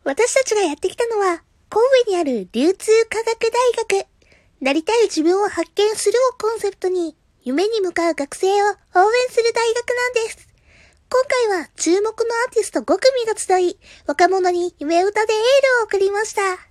私たちがやってきたのは、神戸にある流通科学大学。なりたい自分を発見するをコンセプトに、夢に向かう学生を応援する大学なんです。今回は注目のアーティスト5組が集い、若者に夢歌でエールを送りました。